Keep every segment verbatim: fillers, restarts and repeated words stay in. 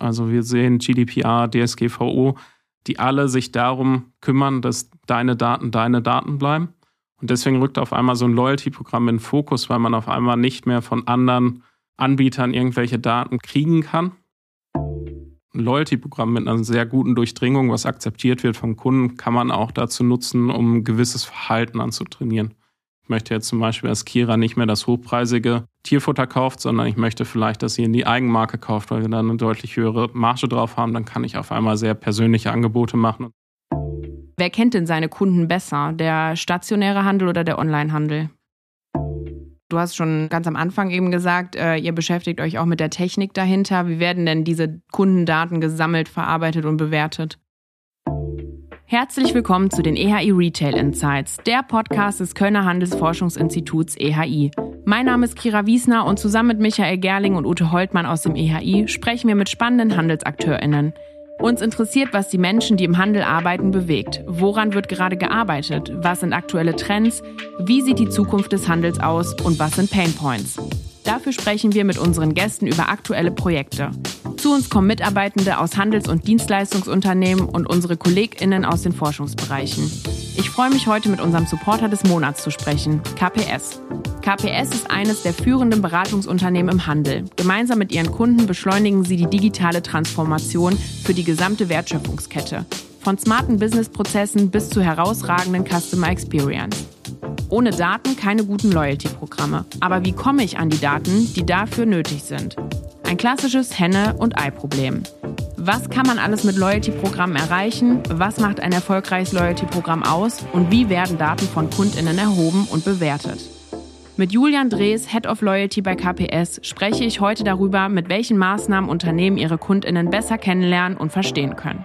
Also wir sehen G D P R, D S G V O, die alle sich darum kümmern, dass deine Daten deine Daten bleiben. Und deswegen rückt auf einmal so ein Loyalty-Programm in den Fokus, weil man auf einmal nicht mehr von anderen Anbietern irgendwelche Daten kriegen kann. Ein Loyalty-Programm mit einer sehr guten Durchdringung, was akzeptiert wird vom Kunden, kann man auch dazu nutzen, um ein gewisses Verhalten anzutrainieren. Ich möchte jetzt zum Beispiel, dass Kira nicht mehr das hochpreisige Tierfutter kauft, sondern ich möchte vielleicht, dass sie in die Eigenmarke kauft, weil wir dann eine deutlich höhere Marge drauf haben. Dann kann ich auf einmal sehr persönliche Angebote machen. Wer kennt denn seine Kunden besser? Der stationäre Handel oder der Onlinehandel? Du hast schon ganz am Anfang eben gesagt, äh, ihr beschäftigt euch auch mit der Technik dahinter. Wie werden denn diese Kundendaten gesammelt, verarbeitet und bewertet? Herzlich willkommen zu den E H I Retail Insights, der Podcast des Kölner Handelsforschungsinstituts E H I. Mein Name ist Kira Wiesner und zusammen mit Michael Gerling und Ute Holtmann aus dem E H I sprechen wir mit spannenden HandelsakteurInnen. Uns interessiert, was die Menschen, die im Handel arbeiten, bewegt. Woran wird gerade gearbeitet? Was sind aktuelle Trends? Wie sieht die Zukunft des Handels aus? Und was sind Painpoints? Dafür sprechen wir mit unseren Gästen über aktuelle Projekte. Zu uns kommen Mitarbeitende aus Handels- und Dienstleistungsunternehmen und unsere KollegInnen aus den Forschungsbereichen. Ich freue mich heute mit unserem Supporter des Monats zu sprechen, K P S. K P S ist eines der führenden Beratungsunternehmen im Handel. Gemeinsam mit ihren Kunden beschleunigen sie die digitale Transformation für die gesamte Wertschöpfungskette. Von smarten Businessprozessen bis zu herausragenden Customer Experience. Ohne Daten keine guten Loyalty-Programme. Aber wie komme ich an die Daten, die dafür nötig sind? Ein klassisches Henne- und Ei-Problem. Was kann man alles mit Loyalty-Programmen erreichen? Was macht ein erfolgreiches Loyalty-Programm aus? Und wie werden Daten von KundInnen erhoben und bewertet? Mit Julian Drees, Head of Loyalty bei K P S, spreche ich heute darüber, mit welchen Maßnahmen Unternehmen ihre KundInnen besser kennenlernen und verstehen können.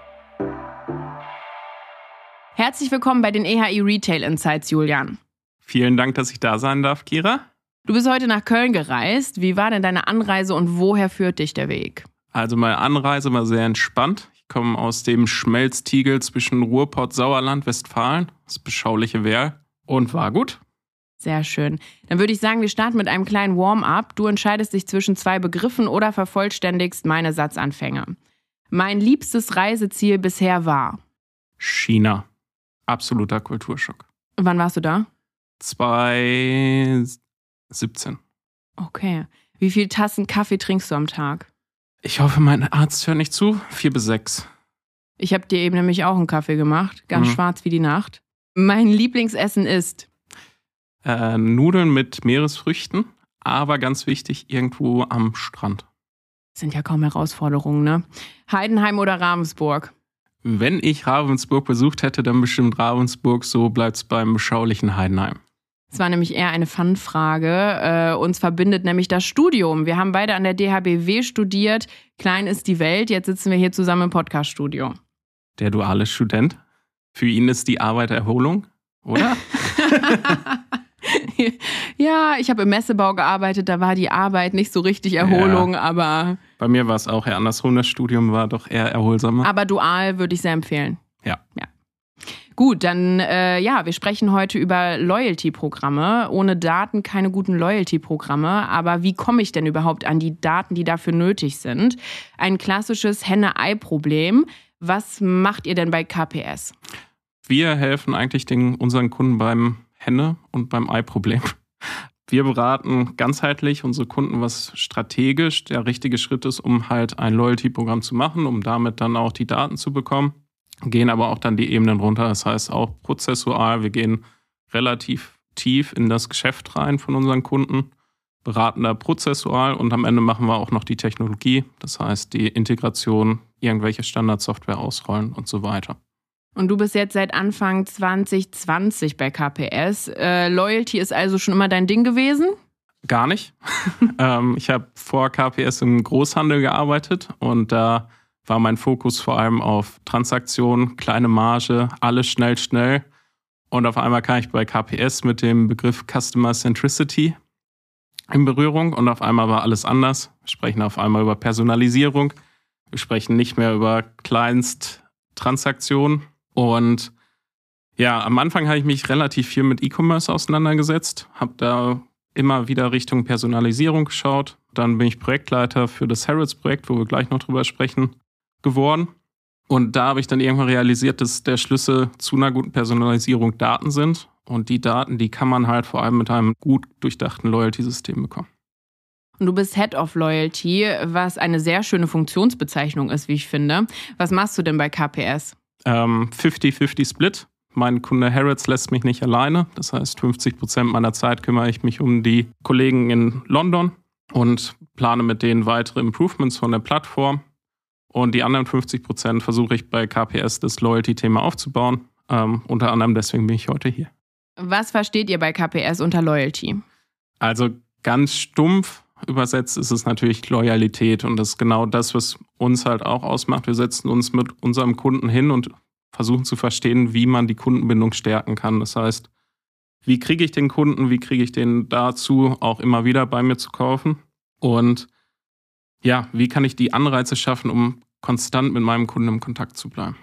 Herzlich willkommen bei den E H I Retail Insights, Julian. Vielen Dank, dass ich da sein darf, Kira. Du bist heute nach Köln gereist. Wie war denn deine Anreise und woher führt dich der Weg? Also meine Anreise war sehr entspannt. Ich komme aus dem Schmelztiegel zwischen Ruhrpott, Sauerland, Westfalen, das beschauliche Werl, und war gut. Sehr schön. Dann würde ich sagen, wir starten mit einem kleinen Warm-up. Du entscheidest dich zwischen zwei Begriffen oder vervollständigst meine Satzanfänge. Mein liebstes Reiseziel bisher war? China. Absoluter Kulturschock. Wann warst du da? zwanzig siebzehn. Okay. Wie viele Tassen Kaffee trinkst du am Tag? Ich hoffe, mein Arzt hört nicht zu. Vier bis sechs. Ich habe dir eben nämlich auch einen Kaffee gemacht. Ganz mhm. schwarz wie die Nacht. Mein Lieblingsessen ist? Äh, Nudeln mit Meeresfrüchten, aber ganz wichtig, irgendwo am Strand. Das sind ja kaum Herausforderungen, ne? Heidenheim oder Ravensburg? Wenn ich Ravensburg besucht hätte, dann bestimmt Ravensburg, so bleibt's beim beschaulichen Heidenheim. Es war nämlich eher eine Fun-Frage. Äh, uns verbindet nämlich das Studium. Wir haben beide an der D H B W studiert. Klein ist die Welt. Jetzt sitzen wir hier zusammen im Podcast-Studio. Der duale Student? Für ihn ist die Arbeit Erholung, oder? Ja, ich habe im Messebau gearbeitet. Da war die Arbeit nicht so richtig Erholung, ja, aber... Bei mir war es auch eher andersrum. Das Studium war doch eher erholsamer. Aber dual würde ich sehr empfehlen. Ja. Ja. Gut, dann, äh, ja, wir sprechen heute über Loyalty-Programme. Ohne Daten keine guten Loyalty-Programme. Aber wie komme ich denn überhaupt an die Daten, die dafür nötig sind? Ein klassisches Henne-Ei-Problem. Was macht ihr denn bei K P S? Wir helfen eigentlich den, unseren Kunden beim Henne- und beim Ei-Problem. Wir beraten ganzheitlich unsere Kunden, was strategisch der richtige Schritt ist, um halt ein Loyalty-Programm zu machen, um damit dann auch die Daten zu bekommen. Gehen aber auch dann die Ebenen runter, das heißt auch prozessual. Wir gehen relativ tief in das Geschäft rein von unseren Kunden, beraten da prozessual und am Ende machen wir auch noch die Technologie, das heißt die Integration, irgendwelche Standardsoftware ausrollen und so weiter. Und du bist jetzt seit Anfang zwanzig zwanzig bei K P S. Äh, Loyalty ist also schon immer dein Ding gewesen? Gar nicht. ähm, ich habe vor K P S im Großhandel gearbeitet und da war mein Fokus vor allem auf Transaktionen, kleine Marge, alles schnell, schnell. Und auf einmal kam ich bei K P S mit dem Begriff Customer Centricity in Berührung und auf einmal war alles anders. Wir sprechen auf einmal über Personalisierung. Wir sprechen nicht mehr über Kleinsttransaktionen. Und ja, am Anfang habe ich mich relativ viel mit E-Commerce auseinandergesetzt, habe da immer wieder Richtung Personalisierung geschaut. Dann bin ich Projektleiter für das Harrods-Projekt, wo wir gleich noch drüber sprechen, geworden. Und da habe ich dann irgendwann realisiert, dass der Schlüssel zu einer guten Personalisierung Daten sind. Und die Daten, die kann man halt vor allem mit einem gut durchdachten Loyalty-System bekommen. Und du bist Head of Loyalty, was eine sehr schöne Funktionsbezeichnung ist, wie ich finde. Was machst du denn bei K P S? Ähm, fünfzig fünfzig Split. Mein Kunde Harrods lässt mich nicht alleine. Das heißt, fünfzig Prozent meiner Zeit kümmere ich mich um die Kollegen in London und plane mit denen weitere Improvements von der Plattform. Und die anderen fünfzig Prozent versuche ich bei K P S das Loyalty-Thema aufzubauen. Ähm, unter anderem deswegen bin ich heute hier. Was versteht ihr bei K P S unter Loyalty? Also ganz stumpf übersetzt ist es natürlich Loyalität. Und das ist genau das, was uns halt auch ausmacht. Wir setzen uns mit unserem Kunden hin und versuchen zu verstehen, wie man die Kundenbindung stärken kann. Das heißt, wie kriege ich den Kunden, wie kriege ich den dazu, auch immer wieder bei mir zu kaufen? Und ja, wie kann ich die Anreize schaffen, um konstant mit meinem Kunden im Kontakt zu bleiben?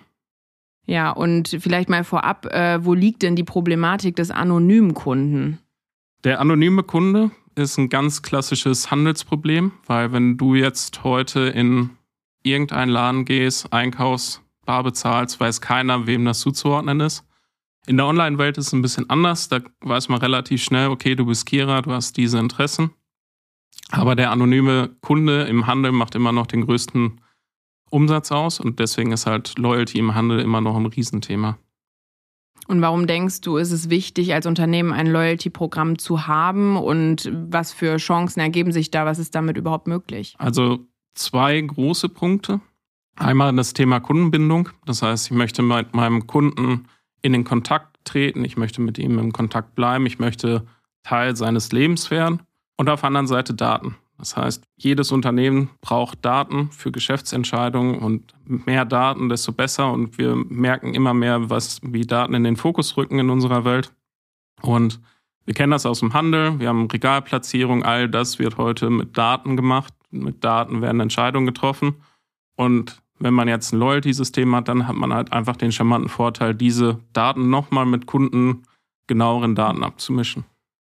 Ja, und vielleicht mal vorab, äh, wo liegt denn die Problematik des anonymen Kunden? Der anonyme Kunde ist ein ganz klassisches Handelsproblem, weil wenn du jetzt heute in irgendeinen Laden gehst, einkaufst, bar bezahlst, weiß keiner, wem das zuzuordnen ist. In der Online-Welt ist es ein bisschen anders, da weiß man relativ schnell, okay, du bist Kira, du hast diese Interessen. Aber der anonyme Kunde im Handel macht immer noch den größten Umsatz aus und deswegen ist halt Loyalty im Handel immer noch ein Riesenthema. Und warum denkst du, ist es wichtig, als Unternehmen ein Loyalty-Programm zu haben und was für Chancen ergeben sich da? Was ist damit überhaupt möglich? Also zwei große Punkte. Einmal das Thema Kundenbindung. Das heißt, ich möchte mit meinem Kunden in den Kontakt treten. Ich möchte mit ihm im Kontakt bleiben. Ich möchte Teil seines Lebens werden. Und auf der anderen Seite Daten. Das heißt, jedes Unternehmen braucht Daten für Geschäftsentscheidungen und mehr Daten, desto besser. Und wir merken immer mehr, was, wie Daten in den Fokus rücken in unserer Welt. Und wir kennen das aus dem Handel. Wir haben Regalplatzierung. All das wird heute mit Daten gemacht. Mit Daten werden Entscheidungen getroffen. Und wenn man jetzt ein Loyalty-System hat, dann hat man halt einfach den charmanten Vorteil, diese Daten nochmal mit Kunden genaueren Daten abzumischen.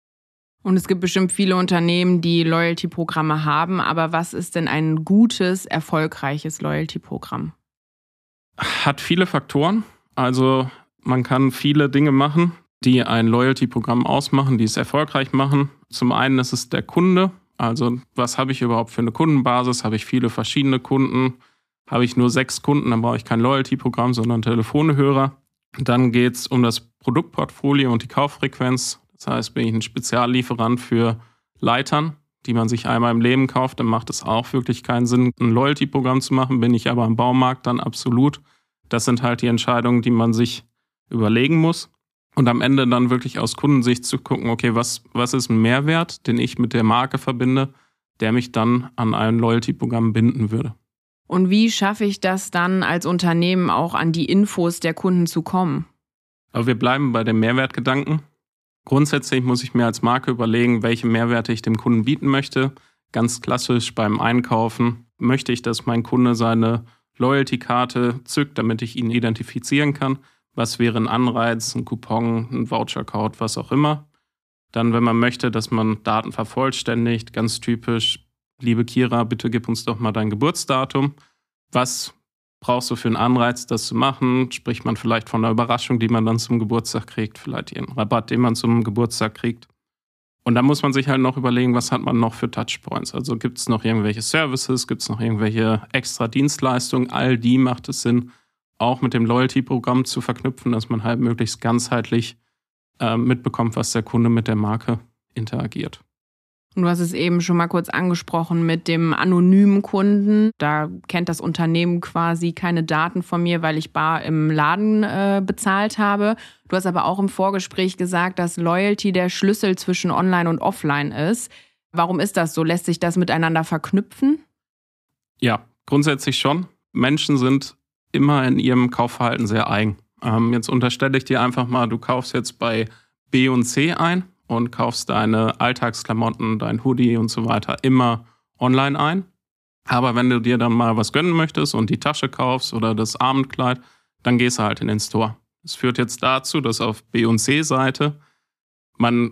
Und es gibt bestimmt viele Unternehmen, die Loyalty-Programme haben. Aber was ist denn ein gutes, erfolgreiches Loyalty-Programm? Hat viele Faktoren. Also man kann viele Dinge machen, die ein Loyalty-Programm ausmachen, die es erfolgreich machen. Zum einen ist es der Kunde. Also was habe ich überhaupt für eine Kundenbasis? Habe ich viele verschiedene Kunden? Habe ich nur sechs Kunden, dann brauche ich kein Loyalty-Programm, sondern Telefonhörer. Dann geht es um das Produktportfolio und die Kauffrequenz. Das heißt, bin ich ein Speziallieferant für Leitern, die man sich einmal im Leben kauft, dann macht es auch wirklich keinen Sinn, ein Loyalty-Programm zu machen. Bin ich aber im Baumarkt, dann absolut. Das sind halt die Entscheidungen, die man sich überlegen muss. Und am Ende dann wirklich aus Kundensicht zu gucken, okay, was, was ist ein Mehrwert, den ich mit der Marke verbinde, der mich dann an ein Loyalty-Programm binden würde. Und wie schaffe ich das dann als Unternehmen auch an die Infos der Kunden zu kommen? Aber wir bleiben bei dem Mehrwertgedanken. Grundsätzlich muss ich mir als Marke überlegen, welche Mehrwerte ich dem Kunden bieten möchte. Ganz klassisch beim Einkaufen möchte ich, dass mein Kunde seine Loyalty-Karte zückt, damit ich ihn identifizieren kann. Was wäre ein Anreiz, ein Coupon, ein Voucher-Code, was auch immer. Dann, wenn man möchte, dass man Daten vervollständigt, ganz typisch, liebe Kira, bitte gib uns doch mal dein Geburtsdatum. Was brauchst du für einen Anreiz, das zu machen? Spricht man vielleicht von einer Überraschung, die man dann zum Geburtstag kriegt, vielleicht einen Rabatt, den man zum Geburtstag kriegt. Und da muss man sich halt noch überlegen, was hat man noch für Touchpoints? Also gibt es noch irgendwelche Services, gibt es noch irgendwelche extra Dienstleistungen? All die macht es Sinn, auch mit dem Loyalty-Programm zu verknüpfen, dass man halt möglichst ganzheitlich äh, mitbekommt, was der Kunde mit der Marke interagiert. Du hast es eben schon mal kurz angesprochen mit dem anonymen Kunden. Da kennt das Unternehmen quasi keine Daten von mir, weil ich bar im Laden äh, bezahlt habe. Du hast aber auch im Vorgespräch gesagt, dass Loyalty der Schlüssel zwischen Online und Offline ist. Warum ist das so? Lässt sich das miteinander verknüpfen? Ja, grundsätzlich schon. Menschen sind immer in ihrem Kaufverhalten sehr eigen. Ähm, jetzt unterstelle ich dir einfach mal, du kaufst jetzt bei B und C ein und kaufst deine Alltagsklamotten, dein Hoodie und so weiter immer online ein. Aber wenn du dir dann mal was gönnen möchtest und die Tasche kaufst oder das Abendkleid, dann gehst du halt in den Store. Das führt jetzt dazu, dass auf B und C-Seite man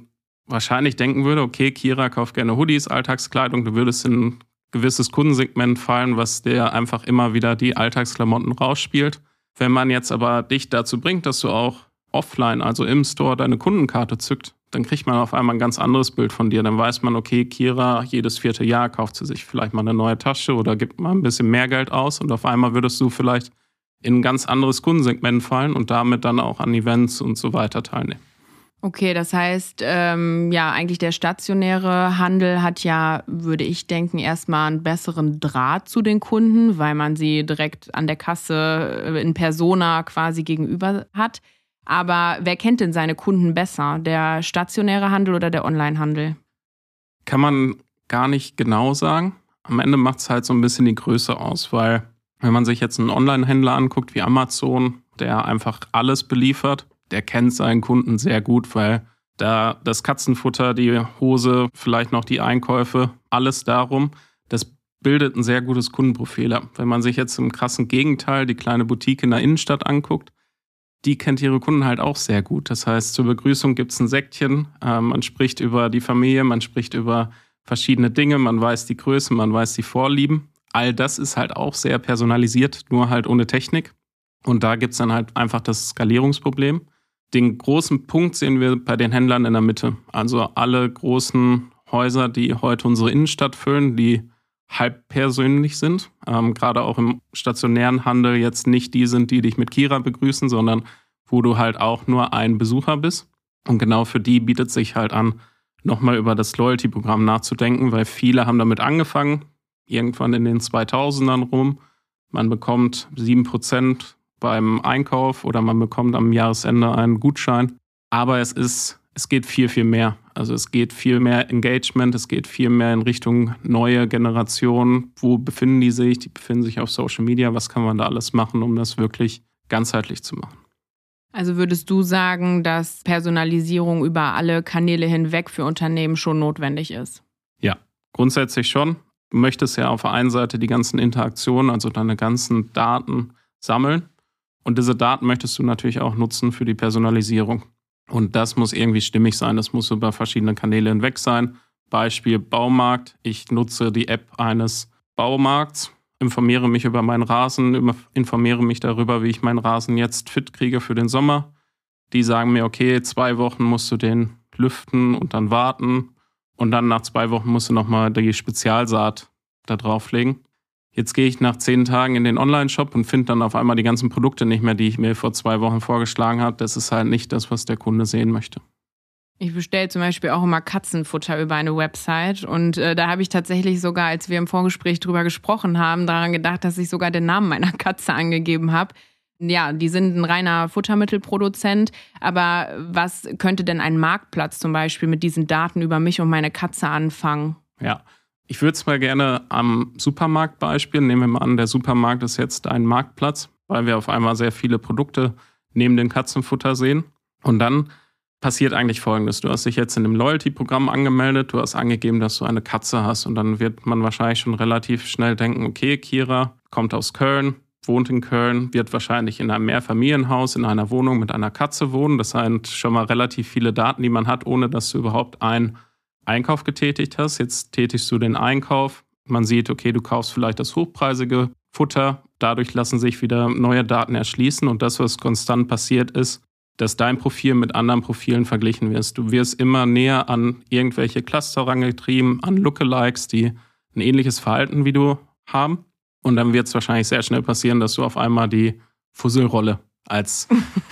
wahrscheinlich denken würde, okay, Kira kauft gerne Hoodies, Alltagskleidung, du würdest in ein gewisses Kundensegment fallen, was dir einfach immer wieder die Alltagsklamotten rausspielt. Wenn man jetzt aber dich dazu bringt, dass du auch offline, also im Store, deine Kundenkarte zückt, dann kriegt man auf einmal ein ganz anderes Bild von dir. Dann weiß man, okay, Kira, jedes vierte Jahr kauft sie sich vielleicht mal eine neue Tasche oder gibt mal ein bisschen mehr Geld aus und auf einmal würdest du vielleicht in ein ganz anderes Kundensegment fallen und damit dann auch an Events und so weiter teilnehmen. Okay, das heißt, ähm, ja, eigentlich der stationäre Handel hat ja, würde ich denken, erstmal einen besseren Draht zu den Kunden, weil man sie direkt an der Kasse in Persona quasi gegenüber hat. Aber wer kennt denn seine Kunden besser? Der stationäre Handel oder der Onlinehandel? Kann man gar nicht genau sagen. Am Ende macht es halt so ein bisschen die Größe aus, weil wenn man sich jetzt einen Online-Händler anguckt wie Amazon, der einfach alles beliefert, der kennt seinen Kunden sehr gut, weil da das Katzenfutter, die Hose, vielleicht noch die Einkäufe, alles darum, das bildet ein sehr gutes Kundenprofil ab. Wenn man sich jetzt im krassen Gegenteil die kleine Boutique in der Innenstadt anguckt, die kennt ihre Kunden halt auch sehr gut. Das heißt, zur Begrüßung gibt es ein Säckchen, äh, man spricht über die Familie, man spricht über verschiedene Dinge, man weiß die Größe, man weiß die Vorlieben. All das ist halt auch sehr personalisiert, nur halt ohne Technik. Und da gibt es dann halt einfach das Skalierungsproblem. Den großen Punkt sehen wir bei den Händlern in der Mitte. Also alle großen Häuser, die heute unsere Innenstadt füllen, die halb persönlich sind. Ähm, gerade auch im stationären Handel jetzt nicht die sind, die dich mit Kira begrüßen, sondern wo du halt auch nur ein Besucher bist. Und genau für die bietet sich halt an, nochmal über das Loyalty-Programm nachzudenken, weil viele haben damit angefangen, irgendwann in den zweitausendern rum. Man bekommt sieben Prozent beim Einkauf oder man bekommt am Jahresende einen Gutschein. Aber es ist, es geht viel, viel mehr. Also es geht viel mehr Engagement, es geht viel mehr in Richtung neue Generation. Wo befinden die sich? Die befinden sich auf Social Media. Was kann man da alles machen, um das wirklich ganzheitlich zu machen? Also würdest du sagen, dass Personalisierung über alle Kanäle hinweg für Unternehmen schon notwendig ist? Ja, grundsätzlich schon. Du möchtest ja auf der einen Seite die ganzen Interaktionen, also deine ganzen Daten sammeln. Und diese Daten möchtest du natürlich auch nutzen für die Personalisierung. Und das muss irgendwie stimmig sein. Das muss über verschiedene Kanäle hinweg sein. Beispiel Baumarkt. Ich nutze die App eines Baumarkts, informiere mich über meinen Rasen, informiere mich darüber, wie ich meinen Rasen jetzt fit kriege für den Sommer. Die sagen mir, okay, zwei Wochen musst du den lüften und dann warten. Und dann nach zwei Wochen musst du nochmal die Spezialsaat da drauflegen. Jetzt gehe ich nach zehn Tagen in den Online-Shop und finde dann auf einmal die ganzen Produkte nicht mehr, die ich mir vor zwei Wochen vorgeschlagen habe. Das ist halt nicht das, was der Kunde sehen möchte. Ich bestelle zum Beispiel auch immer Katzenfutter über eine Website und äh, da habe ich tatsächlich sogar, als wir im Vorgespräch drüber gesprochen haben, daran gedacht, dass ich sogar den Namen meiner Katze angegeben habe. Ja, die sind ein reiner Futtermittelproduzent, aber was könnte denn ein Marktplatz zum Beispiel mit diesen Daten über mich und meine Katze anfangen? Ja, ich würde es mal gerne am Supermarktbeispiel, nehmen wir mal an, der Supermarkt ist jetzt ein Marktplatz, weil wir auf einmal sehr viele Produkte neben dem Katzenfutter sehen. Und dann passiert eigentlich Folgendes. Du hast dich jetzt in dem Loyalty-Programm angemeldet, du hast angegeben, dass du eine Katze hast und dann wird man wahrscheinlich schon relativ schnell denken, okay, Kira kommt aus Köln, wohnt in Köln, wird wahrscheinlich in einem Mehrfamilienhaus, in einer Wohnung mit einer Katze wohnen. Das sind schon mal relativ viele Daten, die man hat, ohne dass du überhaupt einen Einkauf getätigt hast. Jetzt tätigst du den Einkauf. Man sieht, okay, du kaufst vielleicht das hochpreisige Futter. Dadurch lassen sich wieder neue Daten erschließen. Und das, was konstant passiert ist, dass dein Profil mit anderen Profilen verglichen wirst. Du wirst immer näher an irgendwelche Cluster rangetrieben, an Lookalikes, die ein ähnliches Verhalten wie du haben. Und dann wird es wahrscheinlich sehr schnell passieren, dass du auf einmal die Fusselrolle als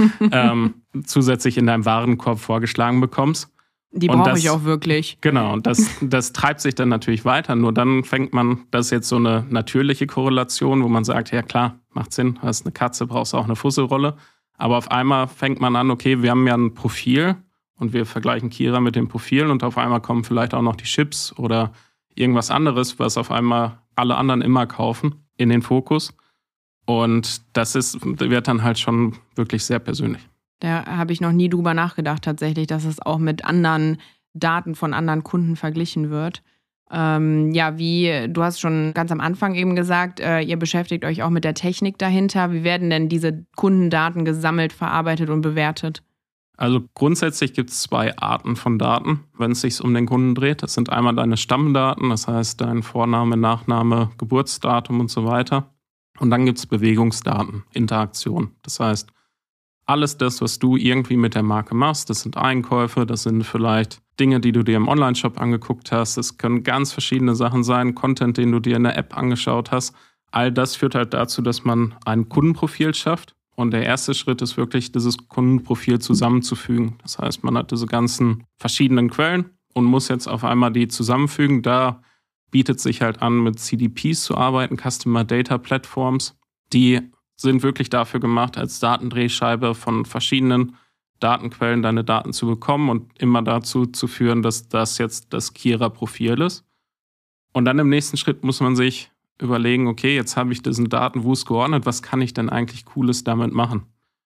ähm, zusätzlich in deinem Warenkorb vorgeschlagen bekommst. Die brauche ich auch wirklich. Genau, und das, das treibt sich dann natürlich weiter. Nur dann fängt man, das ist jetzt so eine natürliche Korrelation, wo man sagt, ja klar, macht Sinn, hast eine Katze, brauchst auch eine Fusselrolle. Aber auf einmal fängt man an, okay, wir haben ja ein Profil und wir vergleichen Kira mit dem Profil und auf einmal kommen vielleicht auch noch die Chips oder irgendwas anderes, was auf einmal alle anderen immer kaufen, in den Fokus. Und das ist, wird dann halt schon wirklich sehr persönlich. Da habe ich noch nie drüber nachgedacht tatsächlich, dass es auch mit anderen Daten von anderen Kunden verglichen wird. Ähm, ja, wie, du hast schon ganz am Anfang eben gesagt, äh, ihr beschäftigt euch auch mit der Technik dahinter. Wie werden denn diese Kundendaten gesammelt, verarbeitet und bewertet? Also grundsätzlich gibt es zwei Arten von Daten, wenn es sich um den Kunden dreht. Das sind einmal deine Stammdaten, das heißt dein Vorname, Nachname, Geburtsdatum und so weiter. Und dann gibt es Bewegungsdaten, Interaktion. Das heißt, alles das, was du irgendwie mit der Marke machst, das sind Einkäufe, das sind vielleicht Dinge, die du dir im Onlineshop angeguckt hast. Es können ganz verschiedene Sachen sein, Content, den du dir in der App angeschaut hast. All das führt halt dazu, dass man ein Kundenprofil schafft. Und der erste Schritt ist wirklich, dieses Kundenprofil zusammenzufügen. Das heißt, man hat diese ganzen verschiedenen Quellen und muss jetzt auf einmal die zusammenfügen. Da bietet sich halt an, mit C D Ps zu arbeiten, Customer Data Platforms. Die sind wirklich dafür gemacht, als Datendrehscheibe von verschiedenen Datenquellen deine Daten zu bekommen und immer dazu zu führen, dass das jetzt das Kira-Profil ist. Und dann im nächsten Schritt muss man sich überlegen, okay, jetzt habe ich diesen Datenwust geordnet, was kann ich denn eigentlich Cooles damit machen?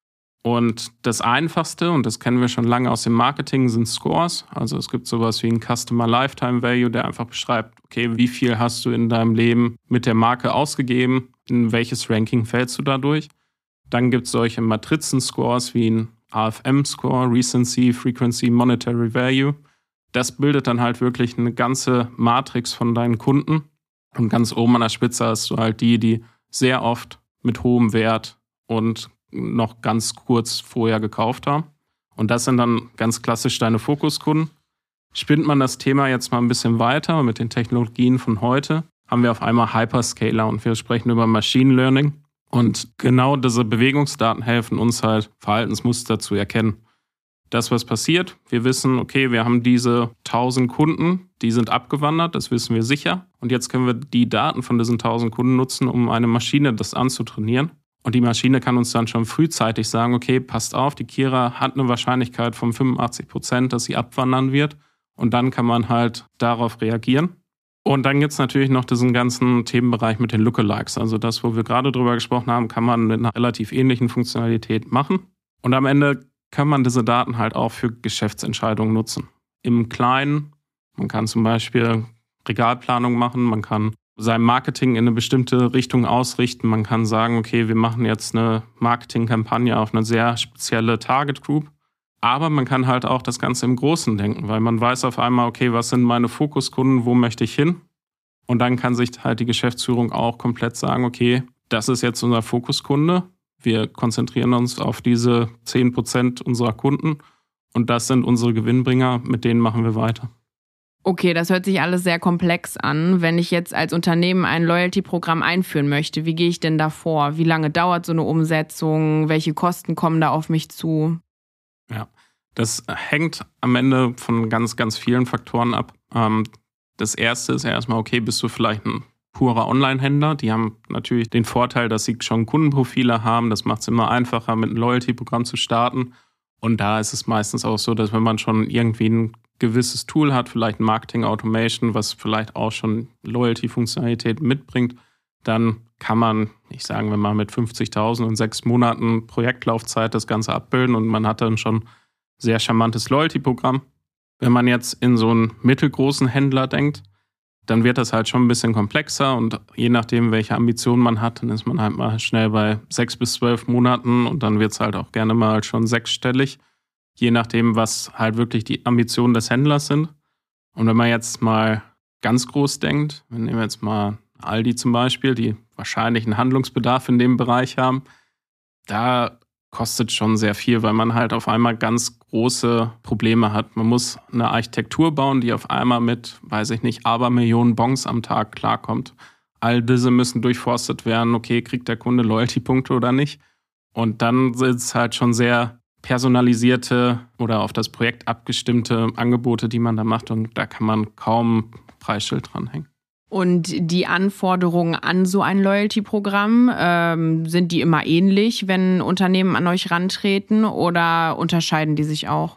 Und das Einfachste, und das kennen wir schon lange aus dem Marketing, sind Scores. Also es gibt sowas wie ein Customer Lifetime Value, der einfach beschreibt, okay, wie viel hast du in deinem Leben mit der Marke ausgegeben, in welches Ranking fällst du dadurch. Dann gibt es solche Matrizen-Scores wie ein A F M-Score, Recency, Frequency, Monetary Value. Das bildet dann halt wirklich eine ganze Matrix von deinen Kunden. Und ganz oben an der Spitze hast du halt die, die sehr oft mit hohem Wert und noch ganz kurz vorher gekauft haben. Und das sind dann ganz klassisch deine Fokuskunden. Spinnt man das Thema jetzt mal ein bisschen weiter mit den Technologien von heute, haben wir auf einmal Hyperscaler und wir sprechen über Machine Learning. Und genau diese Bewegungsdaten helfen uns halt, Verhaltensmuster zu erkennen. Das, was passiert, wir wissen, okay, wir haben diese tausend Kunden, die sind abgewandert, das wissen wir sicher. Und jetzt können wir die Daten von diesen tausend Kunden nutzen, um eine Maschine das anzutrainieren. Und die Maschine kann uns dann schon frühzeitig sagen, okay, passt auf, die Kira hat eine Wahrscheinlichkeit von fünfundachtzig Prozent, dass sie abwandern wird. Und dann kann man halt darauf reagieren. Und dann gibt es natürlich noch diesen ganzen Themenbereich mit den Lookalikes. Also das, wo wir gerade drüber gesprochen haben, kann man mit einer relativ ähnlichen Funktionalität machen. Und am Ende kann man diese Daten halt auch für Geschäftsentscheidungen nutzen. Im Kleinen, man kann zum Beispiel Regalplanung machen, man kann sein Marketing in eine bestimmte Richtung ausrichten. Man kann sagen, okay, wir machen jetzt eine Marketingkampagne auf eine sehr spezielle Target Group. Aber man kann halt auch das Ganze im Großen denken, weil man weiß auf einmal, okay, was sind meine Fokuskunden, wo möchte ich hin? Und dann kann sich halt die Geschäftsführung auch komplett sagen, okay, das ist jetzt unser Fokuskunde. Wir konzentrieren uns auf diese zehn Prozent unserer Kunden und das sind unsere Gewinnbringer, mit denen machen wir weiter. Okay, das hört sich alles sehr komplex an. Wenn ich jetzt als Unternehmen ein Loyalty-Programm einführen möchte, wie gehe ich denn da vor? Wie lange dauert so eine Umsetzung? Welche Kosten kommen da auf mich zu? Ja, das hängt am Ende von ganz, ganz vielen Faktoren ab. Das erste ist ja erstmal, okay, bist du vielleicht ein purer Online-Händler? Die haben natürlich den Vorteil, dass sie schon Kundenprofile haben. Das macht es immer einfacher, mit einem Loyalty-Programm zu starten. Und da ist es meistens auch so, dass wenn man schon irgendwie ein gewisses Tool hat, vielleicht ein Marketing Automation, was vielleicht auch schon Loyalty-Funktionalität mitbringt, dann kann man, ich sage, wenn man mit fünfzigtausend und sechs Monaten Projektlaufzeit das Ganze abbilden und man hat dann schon sehr charmantes Loyalty-Programm. Wenn man jetzt in so einen mittelgroßen Händler denkt, dann wird das halt schon ein bisschen komplexer und je nachdem, welche Ambitionen man hat, dann ist man halt mal schnell bei sechs bis zwölf Monaten und dann wird es halt auch gerne mal schon sechsstellig, je nachdem, was halt wirklich die Ambitionen des Händlers sind. Und wenn man jetzt mal ganz groß denkt, wir nehmen jetzt mal Aldi zum Beispiel, die wahrscheinlich einen Handlungsbedarf in dem Bereich haben, da kostet schon sehr viel, weil man halt auf einmal ganz große Probleme hat. Man muss eine Architektur bauen, die auf einmal mit, weiß ich nicht, Abermillionen Bons am Tag klarkommt. All diese müssen durchforstet werden. Okay, kriegt der Kunde Loyalty-Punkte oder nicht? Und dann sind es halt schon sehr personalisierte oder auf das Projekt abgestimmte Angebote, die man da macht. Und da kann man kaum Preisschild dranhängen. Und die Anforderungen an so ein Loyalty-Programm, ähm, sind die immer ähnlich, wenn Unternehmen an euch rantreten oder unterscheiden die sich auch?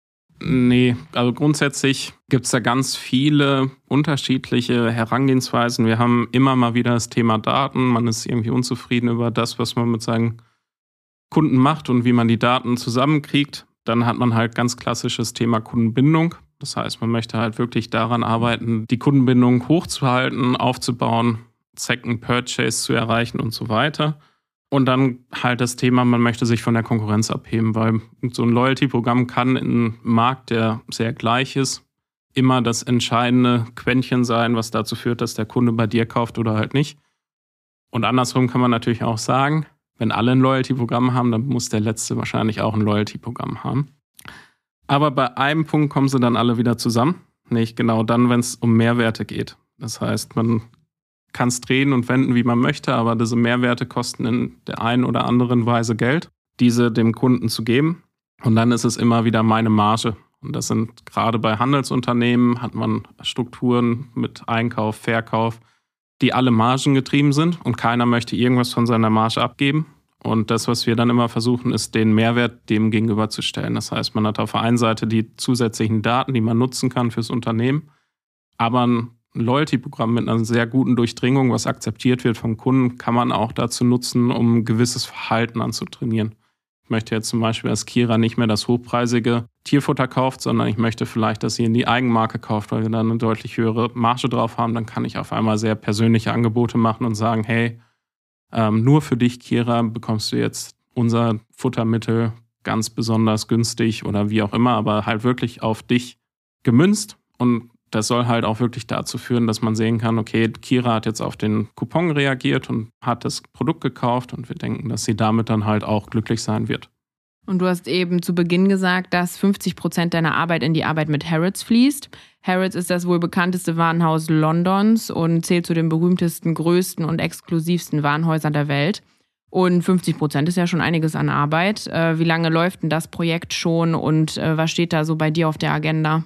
Nee, also grundsätzlich gibt es da ganz viele unterschiedliche Herangehensweisen. Wir haben immer mal wieder das Thema Daten. Man ist irgendwie unzufrieden über das, was man mit seinen Kunden macht und wie man die Daten zusammenkriegt. Dann hat man halt ganz klassisches Thema Kundenbindung. Das heißt, man möchte halt wirklich daran arbeiten, die Kundenbindung hochzuhalten, aufzubauen, Second Purchase zu erreichen und so weiter. Und dann halt das Thema, man möchte sich von der Konkurrenz abheben, weil so ein Loyalty-Programm kann in einem Markt, der sehr gleich ist, immer das entscheidende Quäntchen sein, was dazu führt, dass der Kunde bei dir kauft oder halt nicht. Und andersrum kann man natürlich auch sagen, wenn alle ein Loyalty-Programm haben, dann muss der Letzte wahrscheinlich auch ein Loyalty-Programm haben. Aber bei einem Punkt kommen sie dann alle wieder zusammen. Nicht genau dann, wenn es um Mehrwerte geht. Das heißt, man kann es drehen und wenden, wie man möchte, aber diese Mehrwerte kosten in der einen oder anderen Weise Geld, diese dem Kunden zu geben. Und dann ist es immer wieder meine Marge. Und das sind gerade bei Handelsunternehmen, hat man Strukturen mit Einkauf, Verkauf, die alle margengetrieben sind und keiner möchte irgendwas von seiner Marge abgeben. Und das, was wir dann immer versuchen, ist, den Mehrwert dem gegenüberzustellen. Das heißt, man hat auf der einen Seite die zusätzlichen Daten, die man nutzen kann fürs Unternehmen, aber ein Loyalty-Programm mit einer sehr guten Durchdringung, was akzeptiert wird vom Kunden, kann man auch dazu nutzen, um ein gewisses Verhalten anzutrainieren. Ich möchte jetzt zum Beispiel, dass Kira nicht mehr das hochpreisige Tierfutter kauft, sondern ich möchte vielleicht, dass sie in die Eigenmarke kauft, weil wir dann eine deutlich höhere Marge drauf haben. Dann kann ich auf einmal sehr persönliche Angebote machen und sagen, hey, ähm, nur für dich, Kira, bekommst du jetzt unser Futtermittel ganz besonders günstig oder wie auch immer, aber halt wirklich auf dich gemünzt. Und das soll halt auch wirklich dazu führen, dass man sehen kann, okay, Kira hat jetzt auf den Coupon reagiert und hat das Produkt gekauft und wir denken, dass sie damit dann halt auch glücklich sein wird. Und du hast eben zu Beginn gesagt, dass fünfzig Prozent deiner Arbeit in die Arbeit mit Harrods fließt. Harrods ist das wohl bekannteste Warenhaus Londons und zählt zu den berühmtesten, größten und exklusivsten Warenhäusern der Welt. Und fünfzig Prozent ist ja schon einiges an Arbeit. Wie lange läuft denn das Projekt schon und was steht da so bei dir auf der Agenda?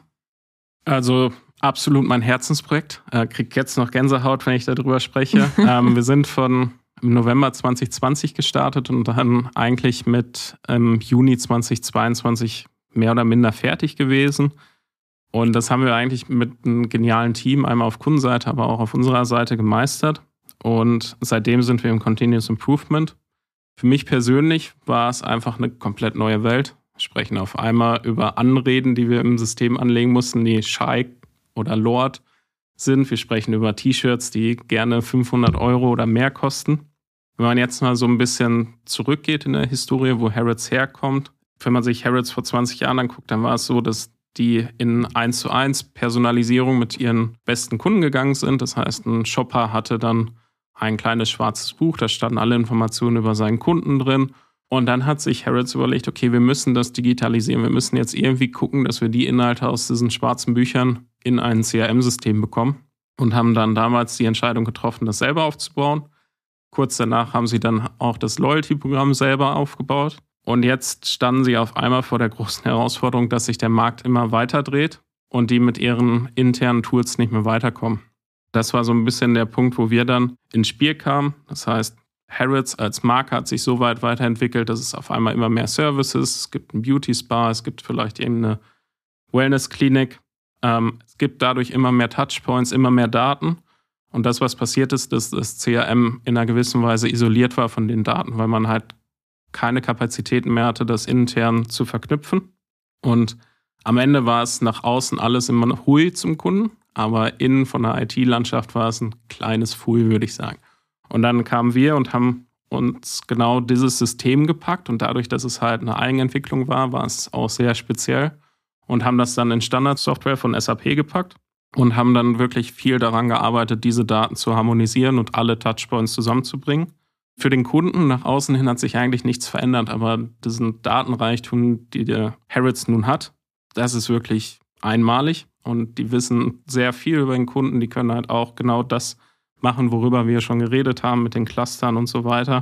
Also absolut mein Herzensprojekt. Äh, krieg jetzt noch Gänsehaut, wenn ich darüber spreche. ähm, wir sind von im November zwanzig zwanzig gestartet und dann eigentlich mit ähm, Juni zwanzig zweiundzwanzig mehr oder minder fertig gewesen. Und das haben wir eigentlich mit einem genialen Team, einmal auf Kundenseite, aber auch auf unserer Seite gemeistert. Und seitdem sind wir im Continuous Improvement. Für mich persönlich war es einfach eine komplett neue Welt. Wir sprechen auf einmal über Anreden, die wir im System anlegen mussten, die Shy oder Lord sind. Wir sprechen über T-Shirts, die gerne fünfhundert Euro oder mehr kosten. Wenn man jetzt mal so ein bisschen zurückgeht in der Historie, wo Harrods herkommt, wenn man sich Harrods vor zwanzig Jahren anguckt, dann war es so, dass die in eins zu eins Personalisierung mit ihren besten Kunden gegangen sind. Das heißt, ein Shopper hatte dann ein kleines schwarzes Buch, da standen alle Informationen über seinen Kunden drin. Und dann hat sich Harrods überlegt, okay, wir müssen das digitalisieren. Wir müssen jetzt irgendwie gucken, dass wir die Inhalte aus diesen schwarzen Büchern in ein C R M-System bekommen. Und haben dann damals die Entscheidung getroffen, das selber aufzubauen. Kurz danach haben sie dann auch das Loyalty-Programm selber aufgebaut. Und jetzt standen sie auf einmal vor der großen Herausforderung, dass sich der Markt immer weiter dreht und die mit ihren internen Tools nicht mehr weiterkommen. Das war so ein bisschen der Punkt, wo wir dann ins Spiel kamen. Das heißt, Harrods als Marke hat sich so weit weiterentwickelt, dass es auf einmal immer mehr Services, es gibt ein Beauty-Spa, es gibt vielleicht irgendeine Wellness-Klinik. Ähm, es gibt dadurch immer mehr Touchpoints, immer mehr Daten. Und das, was passiert ist, dass das C R M in einer gewissen Weise isoliert war von den Daten, weil man halt keine Kapazitäten mehr hatte, das intern zu verknüpfen. Und am Ende war es nach außen alles immer noch hui zum Kunden, aber innen von der I T-Landschaft war es ein kleines Pfui, würde ich sagen. Und dann kamen wir und haben uns genau dieses System gepackt und dadurch, dass es halt eine Eigenentwicklung war, war es auch sehr speziell und haben das dann in Standardsoftware von S A P gepackt und haben dann wirklich viel daran gearbeitet, diese Daten zu harmonisieren und alle Touchpoints zusammenzubringen. Für den Kunden nach außen hin hat sich eigentlich nichts verändert, aber diesen Datenreichtum, die der Harrods nun hat, das ist wirklich einmalig und die wissen sehr viel über den Kunden, die können halt auch genau das machen, worüber wir schon geredet haben mit den Clustern und so weiter.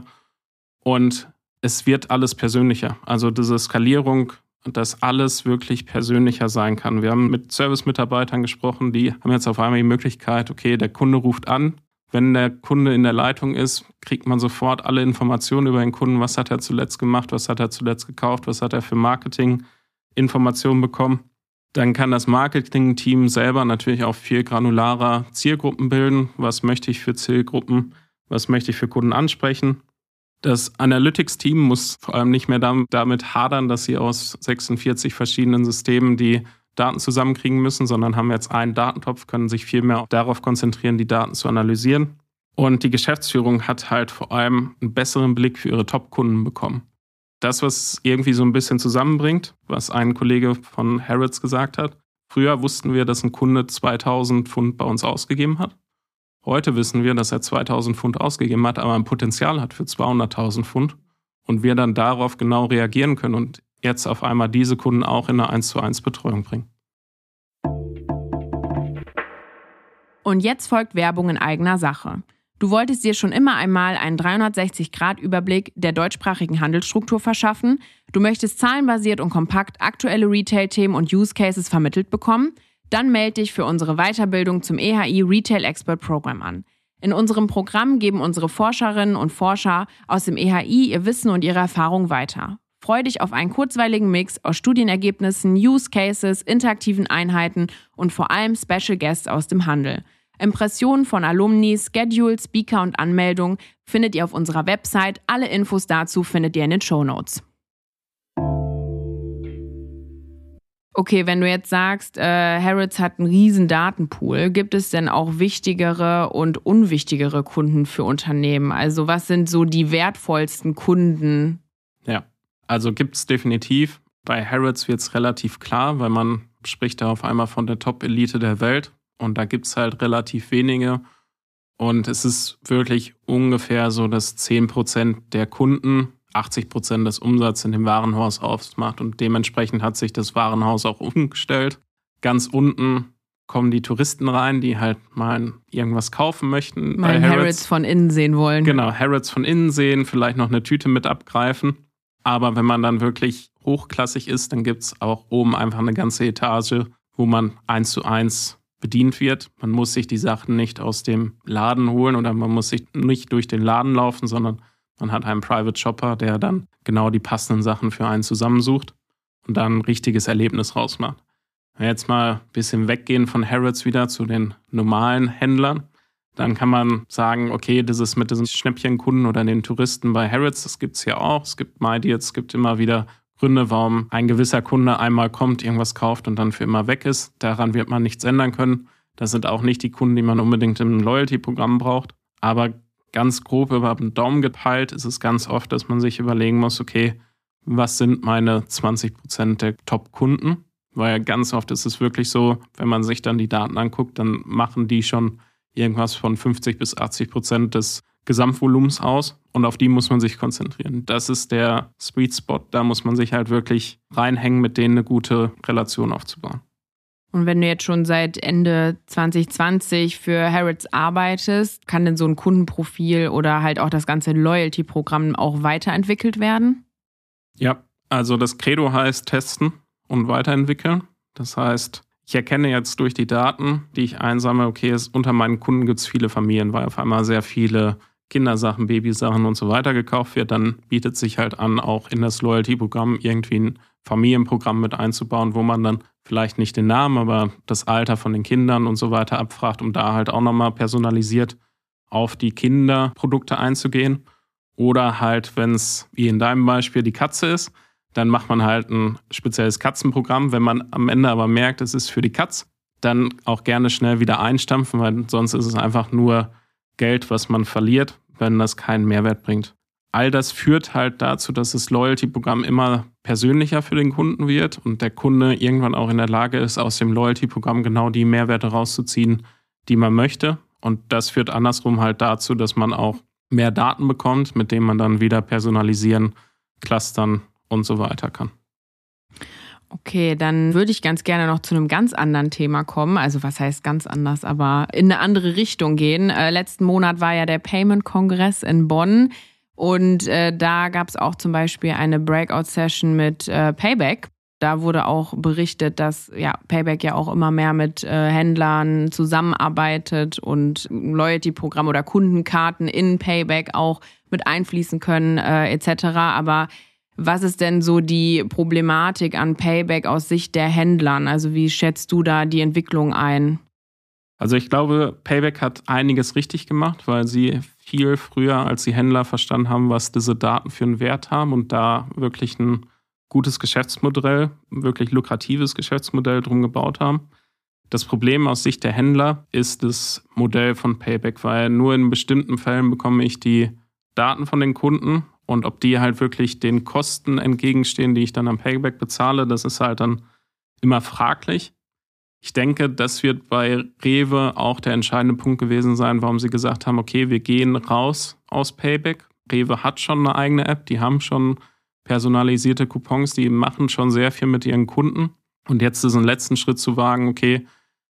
Und es wird alles persönlicher. Also diese Skalierung, dass alles wirklich persönlicher sein kann. Wir haben mit Service-Mitarbeitern gesprochen, die haben jetzt auf einmal die Möglichkeit, okay, der Kunde ruft an. Wenn der Kunde in der Leitung ist, kriegt man sofort alle Informationen über den Kunden. Was hat er zuletzt gemacht? Was hat er zuletzt gekauft? Was hat er für Marketing-Informationen bekommen? Dann kann das Marketing-Team selber natürlich auch viel granularer Zielgruppen bilden. Was möchte ich für Zielgruppen? Was möchte ich für Kunden ansprechen? Das Analytics-Team muss vor allem nicht mehr damit hadern, dass sie aus sechsundvierzig verschiedenen Systemen die Daten zusammenkriegen müssen, sondern haben jetzt einen Datentopf, können sich viel mehr darauf konzentrieren, die Daten zu analysieren. Und die Geschäftsführung hat halt vor allem einen besseren Blick für ihre Top-Kunden bekommen. Das, was irgendwie so ein bisschen zusammenbringt, was ein Kollege von Harrods gesagt hat. Früher wussten wir, dass ein Kunde zweitausend Pfund bei uns ausgegeben hat. Heute wissen wir, dass er zweitausend Pfund ausgegeben hat, aber ein Potenzial hat für zweihunderttausend Pfund. Und wir dann darauf genau reagieren können und jetzt auf einmal diese Kunden auch in eine eins zu eins Betreuung bringen. Und jetzt folgt Werbung in eigener Sache. Du wolltest dir schon immer einmal einen dreihundertsechzig Grad Überblick der deutschsprachigen Handelsstruktur verschaffen. Du möchtest zahlenbasiert und kompakt aktuelle Retail-Themen und Use Cases vermittelt bekommen? Dann melde dich für unsere Weiterbildung zum E H I Retail Expert Program an. In unserem Programm geben unsere Forscherinnen und Forscher aus dem E H I ihr Wissen und ihre Erfahrung weiter. Freu dich auf einen kurzweiligen Mix aus Studienergebnissen, Use Cases, interaktiven Einheiten und vor allem Special Guests aus dem Handel. Impressionen von Alumni, Schedule, Speaker und Anmeldung findet ihr auf unserer Website. Alle Infos dazu findet ihr in den Shownotes. Okay, wenn du jetzt sagst, äh, Harrods hat einen riesen Datenpool, gibt es denn auch wichtigere und unwichtigere Kunden für Unternehmen? Also was sind so die wertvollsten Kunden? Ja, also gibt es definitiv. Bei Harrods wird es relativ klar, weil man spricht da auf einmal von der Top-Elite der Welt. Und da gibt es halt relativ wenige. Und es ist wirklich ungefähr so, dass zehn Prozent der Kunden achtzig Prozent des Umsatzes in dem Warenhaus ausmacht. Und dementsprechend hat sich das Warenhaus auch umgestellt. Ganz unten kommen die Touristen rein, die halt mal irgendwas kaufen möchten. Mal Harrods. Harrods von innen sehen wollen. Genau, Harrods von innen sehen, vielleicht noch eine Tüte mit abgreifen. Aber wenn man dann wirklich hochklassig ist, dann gibt es auch oben einfach eine ganze Etage, wo man eins zu eins bedient wird. Man muss sich die Sachen nicht aus dem Laden holen oder man muss sich nicht durch den Laden laufen, sondern man hat einen Private Shopper, der dann genau die passenden Sachen für einen zusammensucht und dann ein richtiges Erlebnis rausmacht. Wenn wir jetzt mal ein bisschen weggehen von Harrods wieder zu den normalen Händlern, dann kann man sagen, okay, das ist mit diesen Schnäppchenkunden oder den Touristen bei Harrods, das gibt es ja auch. Es gibt MyDeals, es gibt immer wieder Gründe, warum ein gewisser Kunde einmal kommt, irgendwas kauft und dann für immer weg ist. Daran wird man nichts ändern können. Das sind auch nicht die Kunden, die man unbedingt im Loyalty-Programm braucht. Aber ganz grob über den Daumen gepeilt ist es ganz oft, dass man sich überlegen muss, okay, was sind meine zwanzig Prozent der Top-Kunden? Weil ganz oft ist es wirklich so, wenn man sich dann die Daten anguckt, dann machen die schon irgendwas von fünfzig bis achtzig Prozent des Gesamtvolumens aus und auf die muss man sich konzentrieren. Das ist der Sweet Spot, da muss man sich halt wirklich reinhängen, mit denen eine gute Relation aufzubauen. Und wenn du jetzt schon seit Ende zwanzig zwanzig für Harrods arbeitest, kann denn so ein Kundenprofil oder halt auch das ganze Loyalty-Programm auch weiterentwickelt werden? Ja, also das Credo heißt testen und weiterentwickeln. Das heißt, ich erkenne jetzt durch die Daten, die ich einsammle, okay, es, unter meinen Kunden gibt es viele Familien, weil auf einmal sehr viele Kindersachen, Babysachen und so weiter gekauft wird. Dann bietet sich halt an, auch in das Loyalty-Programm irgendwie ein Familienprogramm mit einzubauen, wo man dann vielleicht nicht den Namen, aber das Alter von den Kindern und so weiter abfragt, um da halt auch nochmal personalisiert auf die Kinderprodukte einzugehen. Oder halt, wenn es wie in deinem Beispiel die Katze ist, dann macht man halt ein spezielles Katzenprogramm. Wenn man am Ende aber merkt, es ist für die Katz, dann auch gerne schnell wieder einstampfen, weil sonst ist es einfach nur Geld, was man verliert, wenn das keinen Mehrwert bringt. All das führt halt dazu, dass das Loyalty-Programm immer persönlicher für den Kunden wird und der Kunde irgendwann auch in der Lage ist, aus dem Loyalty-Programm genau die Mehrwerte rauszuziehen, die man möchte. Und das führt andersrum halt dazu, dass man auch mehr Daten bekommt, mit denen man dann wieder personalisieren, clustern und so weiter kann. Okay, dann würde ich ganz gerne noch zu einem ganz anderen Thema kommen. Also was heißt ganz anders, aber in eine andere Richtung gehen. Äh, letzten Monat war ja der Payment-Kongress in Bonn und äh, da gab es auch zum Beispiel eine Breakout-Session mit äh, Payback. Da wurde auch berichtet, dass ja, Payback ja auch immer mehr mit äh, Händlern zusammenarbeitet und Loyalty-Programm oder Kundenkarten in Payback auch mit einfließen können äh, et cetera. Aber was ist denn so die Problematik an Payback aus Sicht der Händlern? Also wie schätzt du da die Entwicklung ein? Also ich glaube, Payback hat einiges richtig gemacht, weil sie viel früher als die Händler verstanden haben, was diese Daten für einen Wert haben und da wirklich ein gutes Geschäftsmodell, wirklich lukratives Geschäftsmodell drum gebaut haben. Das Problem aus Sicht der Händler ist das Modell von Payback, weil nur in bestimmten Fällen bekomme ich die Daten von den Kunden und ob die halt wirklich den Kosten entgegenstehen, die ich dann am Payback bezahle, das ist halt dann immer fraglich. Ich denke, das wird bei Rewe auch der entscheidende Punkt gewesen sein, warum sie gesagt haben, okay, wir gehen raus aus Payback. Rewe hat schon eine eigene App, die haben schon personalisierte Coupons, die machen schon sehr viel mit ihren Kunden. Und jetzt diesen letzten Schritt zu wagen, okay,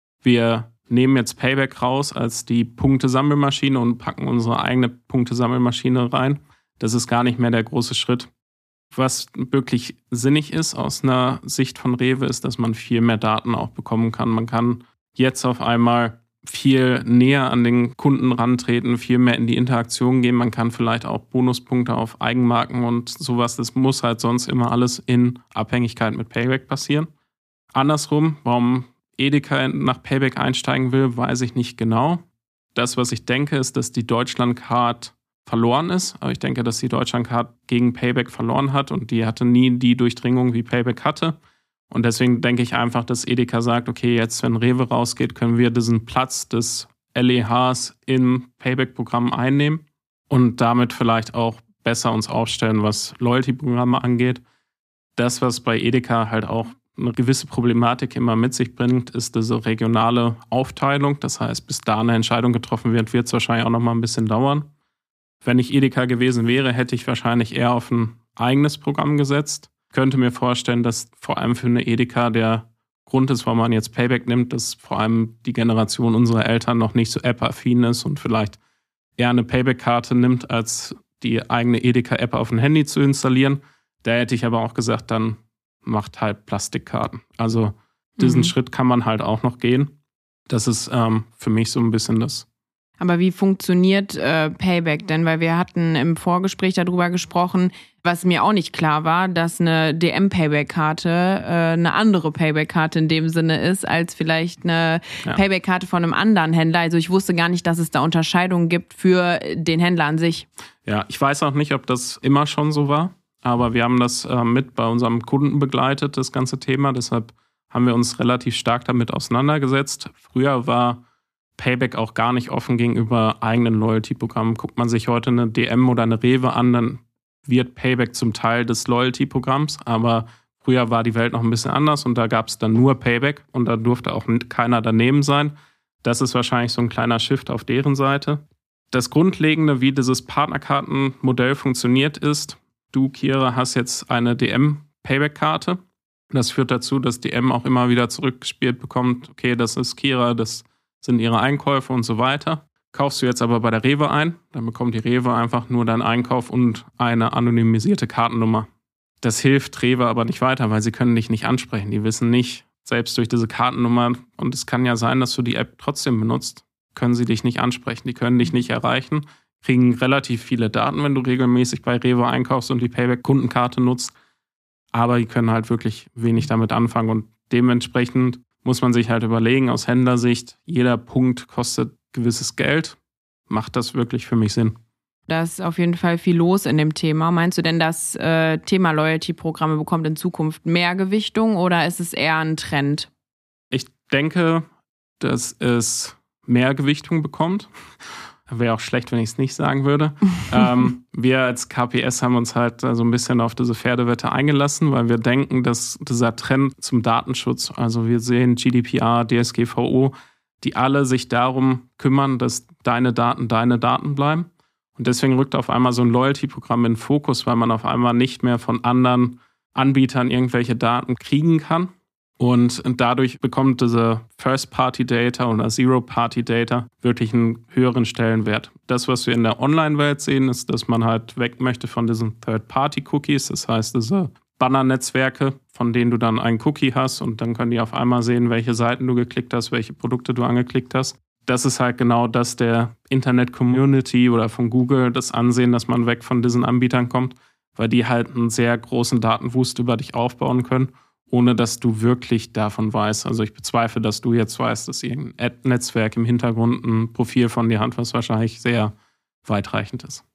wir nehmen jetzt Payback raus als die Punktesammelmaschine und packen unsere eigene Punktesammelmaschine rein. Das ist gar nicht mehr der große Schritt. Was wirklich sinnig ist aus einer Sicht von Rewe, ist, dass man viel mehr Daten auch bekommen kann. Man kann jetzt auf einmal viel näher an den Kunden rantreten, viel mehr in die Interaktion gehen. Man kann vielleicht auch Bonuspunkte auf Eigenmarken und sowas. Das muss halt sonst immer alles in Abhängigkeit mit Payback passieren. Andersrum, warum Edeka nach Payback einsteigen will, weiß ich nicht genau. Das, was ich denke, ist, dass die Deutschlandcard verloren ist. Aber ich denke, dass die Deutschlandcard gegen Payback verloren hat und die hatte nie die Durchdringung, wie Payback hatte. Und deswegen denke ich einfach, dass Edeka sagt, okay, jetzt, wenn Rewe rausgeht, können wir diesen Platz des L E Hs im Payback-Programm einnehmen und damit vielleicht auch besser uns aufstellen, was Loyalty-Programme angeht. Das, was bei Edeka halt auch eine gewisse Problematik immer mit sich bringt, ist diese regionale Aufteilung. Das heißt, bis da eine Entscheidung getroffen wird, wird es wahrscheinlich auch noch mal ein bisschen dauern. Wenn ich Edeka gewesen wäre, hätte ich wahrscheinlich eher auf ein eigenes Programm gesetzt. Ich könnte mir vorstellen, dass vor allem für eine Edeka der Grund ist, warum man jetzt Payback nimmt, dass vor allem die Generation unserer Eltern noch nicht so app-affin ist und vielleicht eher eine Payback-Karte nimmt, als die eigene Edeka-App auf dem Handy zu installieren. Da hätte ich aber auch gesagt, dann macht halt Plastikkarten. Also diesen mhm. Schritt kann man halt auch noch gehen. Das ist ähm, für mich so ein bisschen das. Aber wie funktioniert äh, Payback denn? Weil wir hatten im Vorgespräch darüber gesprochen, was mir auch nicht klar war, dass eine D M-Payback-Karte äh, eine andere Payback-Karte in dem Sinne ist, als vielleicht eine ja. Payback-Karte von einem anderen Händler. Also ich wusste gar nicht, dass es da Unterscheidungen gibt für den Händler an sich. Ja, ich weiß auch nicht, ob das immer schon so war. Aber wir haben das äh, mit bei unserem Kunden begleitet, das ganze Thema. Deshalb haben wir uns relativ stark damit auseinandergesetzt. Früher war Payback auch gar nicht offen gegenüber eigenen Loyalty-Programmen. Guckt man sich heute eine D M oder eine Rewe an, dann wird Payback zum Teil des Loyalty-Programms. Aber früher war die Welt noch ein bisschen anders und da gab es dann nur Payback und da durfte auch keiner daneben sein. Das ist wahrscheinlich so ein kleiner Shift auf deren Seite. Das Grundlegende, wie dieses Partnerkartenmodell funktioniert, ist, du, Kira, hast jetzt eine D M-Payback-Karte. Das führt dazu, dass D M auch immer wieder zurückgespielt bekommt, okay, das ist Kira, das sind ihre Einkäufe und so weiter. Kaufst du jetzt aber bei der Rewe ein, dann bekommt die Rewe einfach nur deinen Einkauf und eine anonymisierte Kartennummer. Das hilft Rewe aber nicht weiter, weil sie können dich nicht ansprechen. Die wissen nicht, selbst durch diese Kartennummer, und es kann ja sein, dass du die App trotzdem benutzt, können sie dich nicht ansprechen, die können dich nicht erreichen, kriegen relativ viele Daten, wenn du regelmäßig bei Rewe einkaufst und die Payback-Kundenkarte nutzt. Aber die können halt wirklich wenig damit anfangen. Und dementsprechend muss man sich halt überlegen, aus Händlersicht, jeder Punkt kostet gewisses Geld. Macht das wirklich für mich Sinn? Da ist auf jeden Fall viel los in dem Thema. Meinst du denn, das äh, Thema Loyalty-Programme bekommt in Zukunft mehr Gewichtung oder ist es eher ein Trend? Ich denke, dass es mehr Gewichtung bekommt. Wäre auch schlecht, wenn ich es nicht sagen würde. ähm, wir als K P S haben uns halt so ein bisschen auf diese Pferdewette eingelassen, weil wir denken, dass dieser Trend zum Datenschutz, also wir sehen G D P R, D S G V O, die alle sich darum kümmern, dass deine Daten deine Daten bleiben. Und deswegen rückt auf einmal so ein Loyalty-Programm in den Fokus, weil man auf einmal nicht mehr von anderen Anbietern irgendwelche Daten kriegen kann. Und dadurch bekommt diese First-Party-Data oder Zero-Party-Data wirklich einen höheren Stellenwert. Das, was wir in der Online-Welt sehen, ist, dass man halt weg möchte von diesen Third-Party-Cookies. Das heißt, diese Banner-Netzwerke, von denen du dann einen Cookie hast und dann können die auf einmal sehen, welche Seiten du geklickt hast, welche Produkte du angeklickt hast. Das ist halt genau das der Internet-Community oder von Google, das Ansehen, dass man weg von diesen Anbietern kommt, weil die halt einen sehr großen Datenwust über dich aufbauen können, ohne dass du wirklich davon weißt. Also ich bezweifle, dass du jetzt weißt, dass irgendein Ad-Netzwerk im Hintergrund ein Profil von dir hat, was wahrscheinlich sehr weitreichend ist.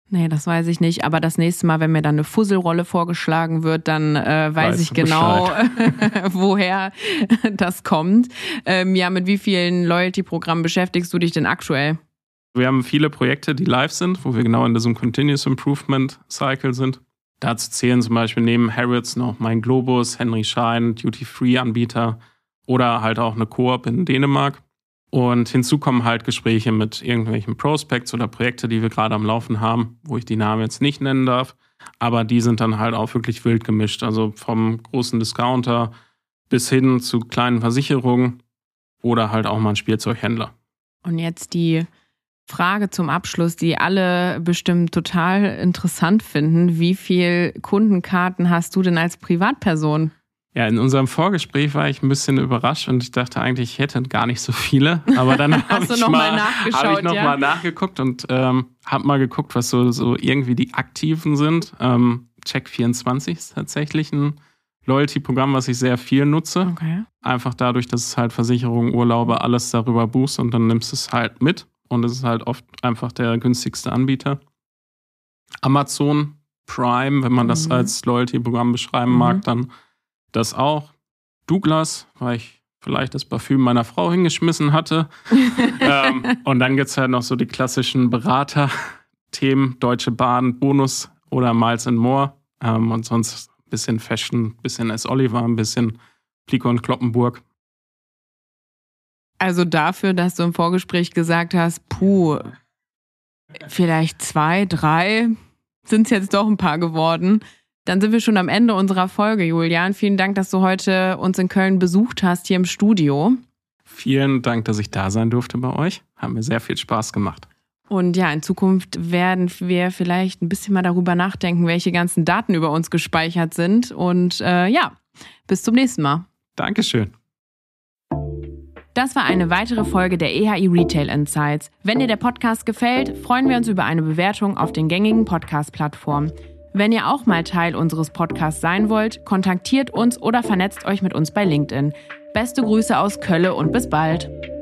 Nee, das weiß ich nicht. Aber das nächste Mal, wenn mir dann eine Fusselrolle vorgeschlagen wird, dann äh, weiß, weiß ich genau, woher das kommt. Ähm, ja, mit wie vielen Loyalty-Programmen beschäftigst du dich denn aktuell? Wir haben viele Projekte, die live sind, wo wir genau in diesem Continuous Improvement Cycle sind. Dazu zählen zum Beispiel neben Harrods noch Mein Globus, Henry Schein, Duty-Free-Anbieter oder halt auch eine Coop in Dänemark. Und hinzu kommen halt Gespräche mit irgendwelchen Prospects oder Projekte, die wir gerade am Laufen haben, wo ich die Namen jetzt nicht nennen darf. Aber die sind dann halt auch wirklich wild gemischt. Also vom großen Discounter bis hin zu kleinen Versicherungen oder halt auch mal ein Spielzeughändler. Und jetzt die Frage zum Abschluss, die alle bestimmt total interessant finden. Wie viele Kundenkarten hast du denn als Privatperson? Ja, in unserem Vorgespräch war ich ein bisschen überrascht und ich dachte eigentlich, ich hätte gar nicht so viele. Aber dann habe ich, noch mal, hab ich noch ja? mal nachgeguckt und ähm, habe mal geguckt, was so, so irgendwie die Aktiven sind. Ähm, Check vierundzwanzig ist tatsächlich ein Loyalty-Programm, was ich sehr viel nutze. Okay. Einfach dadurch, dass es halt Versicherungen, Urlaube, alles darüber buchst und dann nimmst du es halt mit. Und es ist halt oft einfach der günstigste Anbieter. Amazon Prime, wenn man mhm. das als Loyalty-Programm beschreiben mhm. mag, dann das auch. Douglas, weil ich vielleicht das Parfüm meiner Frau hingeschmissen hatte. ähm, und dann gibt es halt noch so die klassischen Berater-Themen, Deutsche Bahn, Bonus oder Miles and More. Ähm, und sonst ein bisschen Fashion, ein bisschen S. Oliver, ein bisschen Pliko und Kloppenburg. Also dafür, dass du im Vorgespräch gesagt hast, puh, vielleicht zwei, drei, sind es jetzt doch ein paar geworden. Dann sind wir schon am Ende unserer Folge, Julian. Vielen Dank, dass du heute uns in Köln besucht hast, hier im Studio. Vielen Dank, dass ich da sein durfte bei euch. Hat mir sehr viel Spaß gemacht. Und ja, in Zukunft werden wir vielleicht ein bisschen mal darüber nachdenken, welche ganzen Daten über uns gespeichert sind. Und äh, ja, bis zum nächsten Mal. Dankeschön. Das war eine weitere Folge der E H I Retail Insights. Wenn dir der Podcast gefällt, freuen wir uns über eine Bewertung auf den gängigen Podcast-Plattformen. Wenn ihr auch mal Teil unseres Podcasts sein wollt, kontaktiert uns oder vernetzt euch mit uns bei LinkedIn. Beste Grüße aus Köln und bis bald.